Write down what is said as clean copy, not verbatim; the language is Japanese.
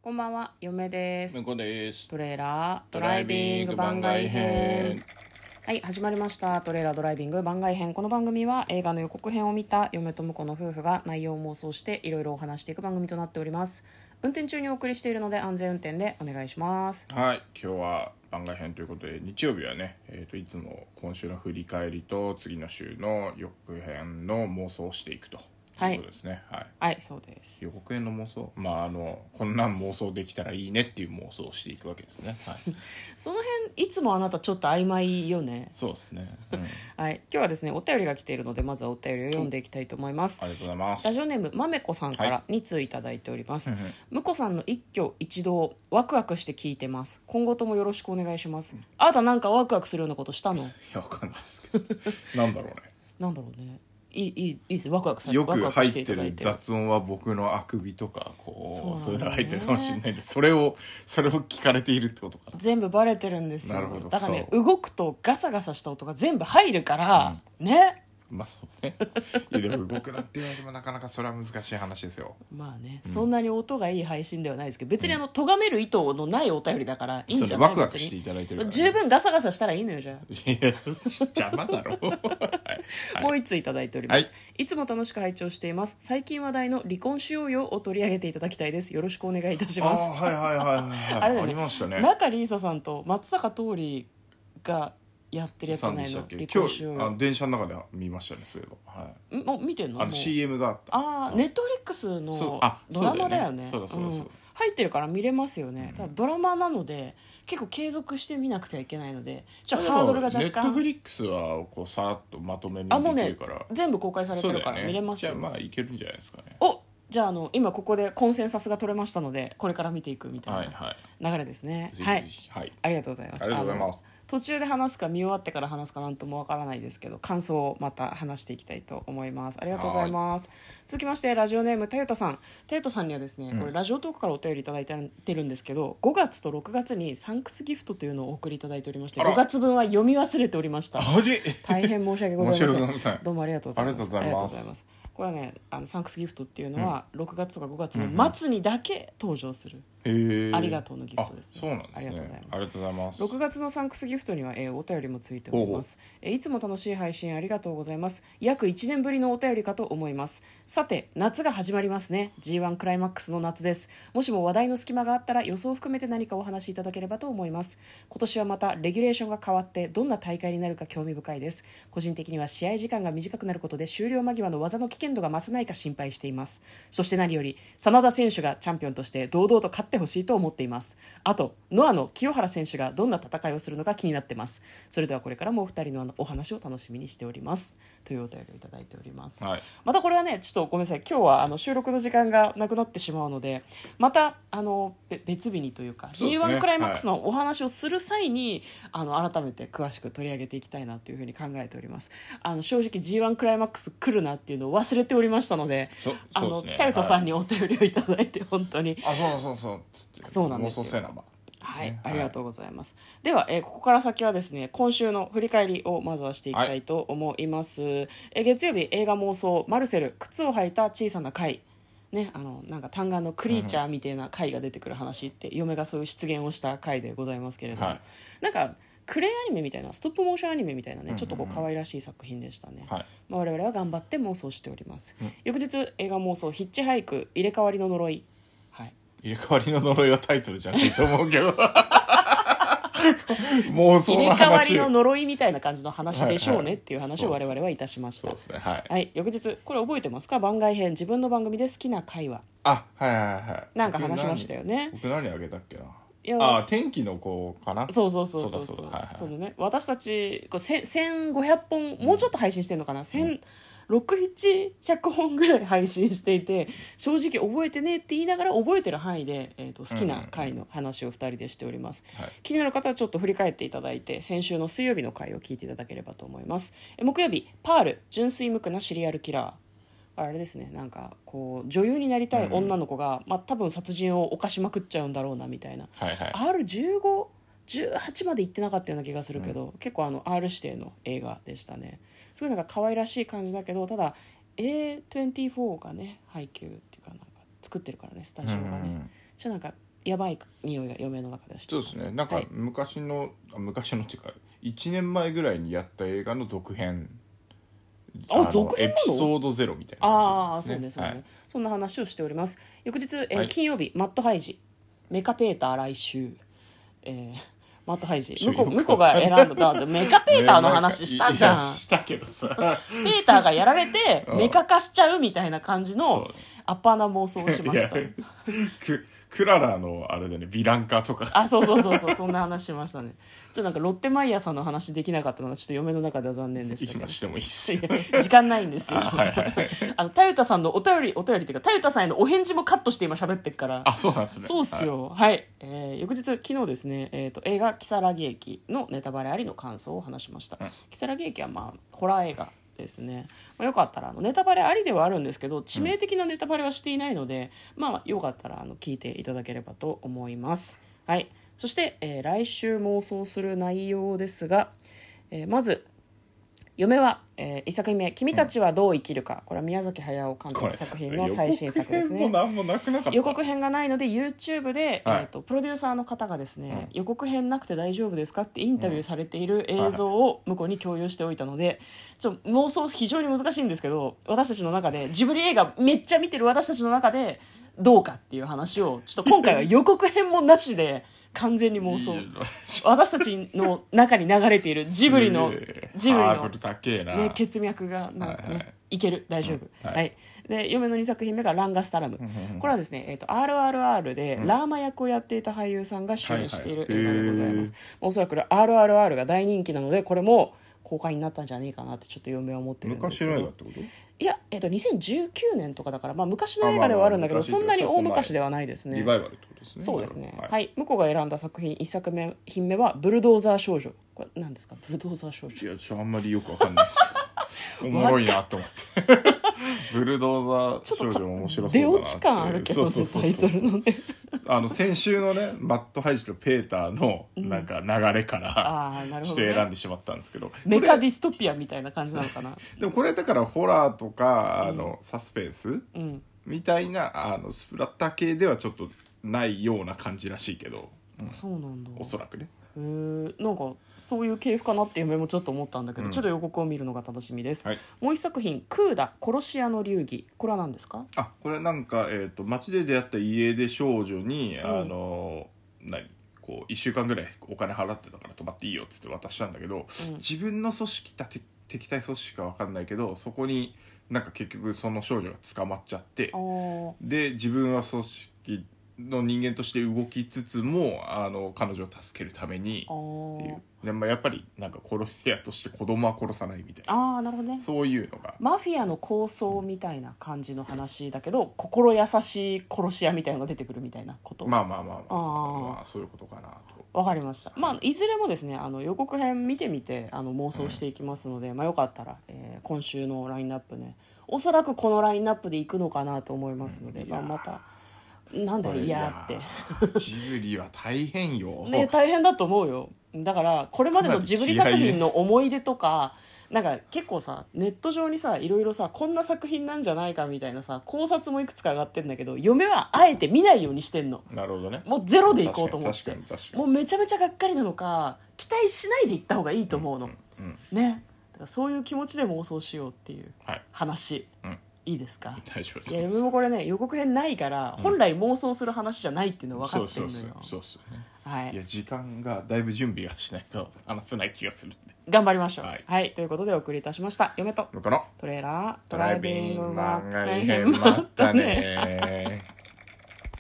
こんばんは、嫁です。 向こうです。 トレーラードライビング番外編。はい、始まりました。トレーラードライビング番外編。この番組は映画の予告編を見た嫁と婿の夫婦が内容を妄想していろいろお話していく番組となっております。運転中にお送りしているので安全運転でお願いします。 はい、今日は番外編ということで、日曜日はね、いつも今週の振り返りと次の週の予告編の妄想をしていくということですね。はい、 はい、そうです。 予告編の妄想、こんなん妄想できたらいいねっていう妄想をしていくわけですね。はい、 その辺いつもあなたちょっと曖昧よね。 そうですね。 はい、今日はですねお便りが来ているので、まずはお便りを読んでいきたいと思います。 ありがとうございます。 ラジオネームまめこさんから2通いただいております。 はいむこさんの一挙一動ワクワクして聞いてます。今後ともよろしくお願いします。あなたなんかワクワクするようなことしたの？ いや、わかんないですけどなんだろうね。 なんだろうね。いいです。ワクワクさよくワクワク入ってるしていただいて。 雑音は僕のあくびとかそういうのが入ってるかもしれないんで、それを聞かれているってことかな。 全部バレてるんですよ。 なるほど。 だからね、 そう動くとガサガサした音が全部入るから、ね。 そうね。いやでも動くなって言われてもなかなかそれは難しい話ですよ。 まあね、そんなに音がいい配信ではないですけど、別に咎める意図のないお便りだからいいんじゃない？ ワクワクしていただいてるからね。 十分ガサガサしたらいいのよ。じゃあいや邪魔だろはいもう一ついただいております、 はい、 いつも楽しく拝聴しています。最近話題の離婚しようよを取り上げていただきたいです。よろしくお願いいたします。 はいはいはいはい、 あれだね、 ありましたね。 中里依紗さんと松坂桃李がやってるやつじゃないの？離婚しようよ。 今日電車の中で見ましたね、そういえば。はい、 もう見てんの？ CM があった。 ネットフリックスのドラマだよね。入ってるから見れますよね。ただドラマなので結構継続して見なくてはいけないので、ちょっとハードルが若干。 ネットフリックスはさらっとまとめ見できるから、 もうね、全部公開されてるから見れますよ。 じゃあいけるんじゃないですかね。 じゃあ今ここでコンセンサスが取れましたので、これから見ていくみたいな流れですね。 はい、はい、 ありがとうございます。 ありがとうございます。 途中で話すか見終わってから話すかなんともわからないですけど、感想をまた話していきたいと思います。ありがとうございます。続きましてラジオネームたゆたさん。たゆたさんにはですね、これラジオトークからお便りいただいてるんですけど、5月と6月にサンクスギフトというのをお送りいただいておりまして、5月分は読み忘れておりました。大変申し訳ございません。どうもありがとうございます。 ありがとうございます。 これはね、サンクスギフトっていうのは6月とか5月の末にだけ登場する、ありがとうのギフトですね。 そうなんですね。ありがとうございます。 6月のサンクスギフトには、お便りもついております。いつも楽しい配信ありがとうございます。約1年ぶりのお便りかと思います。さて、夏が始まりますね。 G1 クライマックスの夏です。もしも話題の隙間があったら予想を含めて何かお話しいただければと思います。今年はまたレギュレーションが変わってどんな大会になるか興味深いです。個人的には試合時間が短くなることで終了間際の技の危険度が増せないか心配しています。そして何より真田選手がチャンピオンとして堂々と勝ってほしいと思っています。あとノアの清原選手がどんな戦いをするのか気になってます。それではこれからもお二人のお話を楽しみにしておりますというお便りをいただいております、またこれはね、ちょっとごめんなさい、今日は収録の時間がなくなってしまうので、また別日にというか G1 クライマックスのお話をする際に、改めて詳しく取り上げていきたいなというふうに考えております。正直 G1 クライマックス来るなっていうのを忘れておりましたので、タユトさんにお便りをいただいて本当にそうなんですよ。はい、ありがとうございます。では、ここから先はですね、今週の振り返りをまずはしていきたいと思います。月曜日映画妄想マルセル靴を履いた小さな貝ね、なんか単眼のクリーチャーみたいな貝が出てくる話って、嫁がそういう出現をした回でございますけれども、なんかクレイアニメみたいなストップモーションアニメみたいなね、ちょっと可愛らしい作品でしたね。我々は頑張って妄想しております。翌日映画妄想ヒッチハイク入れ替わりの呪い。 入れ替わりの呪いはタイトルじゃないと思うけど妄想の話、入れ替わりの呪いみたいな感じの話でしょうねっていう話を我々はいたしました。翌日これ覚えてますか？番外編、自分の番組で好きな回は。なんか話しましたよね。 僕何あげたっけな。天気の子かな。 そうそのね、私たち1500本もうちょっと配信してんのかな、600-700本ぐらい配信していて、正直覚えてねえって言いながら覚えてる範囲で、好きな回の話を2人でしております。気になる方はちょっと振り返っていただいて、先週の水曜日の回を聞いていただければと思います。木曜日パール純粋無垢なシリアルキラー。あれですね、なんかこう女優になりたい女の子が、多分殺人を犯しまくっちゃうんだろうなみたいな、R15 18まで行ってなかったような気がするけど、結構R 指定の映画でしたね。すごいなんか可愛らしい感じだけど、ただ A24 がね配給っていうかなんか作ってるからね、スタジオがね、じゃなんかやばい匂いが嫁の中ではしてます。 そうですね。なんか昔のっていうか1年前ぐらいにやった映画の続編、 続編なの？ エピソード0みたいな感じですね。 そうね、そんな話をしております。翌日、 はい金曜日マットハイジメカペーター来週、マットハイジ向こうが選んだメカペーターの話したじゃん。 したけどさペーターがやられてメカ化しちゃうみたいな感じのアッパーな妄想をしました。 クララのあれでね、ヴィラン化とかそうそんな話しましたね。ちょっとなんかロッテマイヤーさんの話できなかったのがちょっと嫁の中では残念でしたけど。 今してもいいっすよ。 時間ないんですよ。 はいはいタユタさんのお便りっていうかタユタさんへのお返事もカットして今喋ってっから。 そうなんですね。 そうっすよ。はい、翌日昨日ですね、映画「如月駅」のネタバレありの感想を話しました。如月駅はホラー映画ですね。よかったらネタバレありではあるんですけど致命的なネタバレはしていないので、よかったら聞いていただければと思います。はい、そして、来週妄想する内容ですが、まず嫁は、1作品目「君たちはどう生きるか」これは宮崎駿監督作品の最新作ですね。 予告編も何もなくなかった。 予告編がないので YouTube で、 はいプロデューサーの方がですね、予告編なくて大丈夫ですかってインタビューされている映像を向こうに共有しておいたので、妄想非常に難しいんですけど、私たちの中でジブリ映画めっちゃ見てる私たちの中でどうかっていう話をちょっと今回は予告編もなしで完全に妄想私たちの中に流れているジブリのハードル高えな、 ね、血脈がなんかね、いける大丈夫、 はいはい、で嫁の2作品目がランガスタラム、これはですね、RRR でラーマ役をやっていた俳優さんが主演している映画でございます。おそらく RRR が大人気なのでこれも公開になったんじゃねえかなってちょっと嫁は思ってるんですけど。 昔の映画ってこと？ いや、2019年とかだから、昔の映画ではあるんだけど、そんなに大昔ではないですね。 リバイバルってことですね。 そうですね。 はいはい、向こうが選んだ作品1作品目はブルドーザー少女。これ何ですか？ブルドーザー少女。 いやあんまりよくわかんないですけどおもろいなと思ってブルドーザー少女も面白そうだなって。 出落ち感あるけどね、タイトルのね。 先週のねマットハイジとペーターのなんか流れからして選んでしまったんですけど、 メカディストピアみたいな感じなのかな。 でもこれだからホラーとかサスペンスみたいなスプラッター系ではちょっとないような感じらしいけど、 そうなんだ。 おそらくね。 なんかそういう系譜かなっていう目もちょっと思ったんだけど、ちょっと予告を見るのが楽しみです。 はい、 もう一作品「クーダ殺し屋の流儀」これは何ですか？ これなんか、街で出会った家出少女に、こう1週間ぐらいお金払ってたから泊まっていいよっつって渡したんだけど、自分の組織敵対組織か分かんないけどそこになんか結局その少女が捕まっちゃって、で自分は組織の人間として動きつつも彼女を助けるためにっていうで、やっぱりなんか殺し屋として子供は殺さないみたいな、 なるほどね、 そういうのがマフィアの構想みたいな感じの話だけど、心優しい殺し屋みたいなのが出てくるみたいなこと。 まあそういうことかなと。 わかりました。いずれもですね予告編見てみて妄想していきますので、よかったら、今週のラインナップね、おそらくこのラインナップでいくのかなと思いますので、またなんだよいやってジブリは大変よね、大変だと思うよ。だからこれまでのジブリ作品の思い出とかなんか結構さネット上にさいろいろさこんな作品なんじゃないかみたいなさ考察もいくつか上がってるんだけど、嫁はあえて見ないようにしてんの。 なるほどね。 もうゼロでいこうと思って、 確かにもうめちゃめちゃがっかりなのか期待しないでいった方がいいと思うの、ね。だからそういう気持ちで妄想しようっていう話、いいですか？ 大丈夫です。 いや嫁もこれね予告編ないから、本来妄想する話じゃないっていうのは分かってるのよ。 そうっすね。 はい、 いや時間がだいぶ準備がしないと話せない気がするんで頑張りましょう。はい、ということでお送りいたしました嫁とこのトレーラードドライビング番外編まったね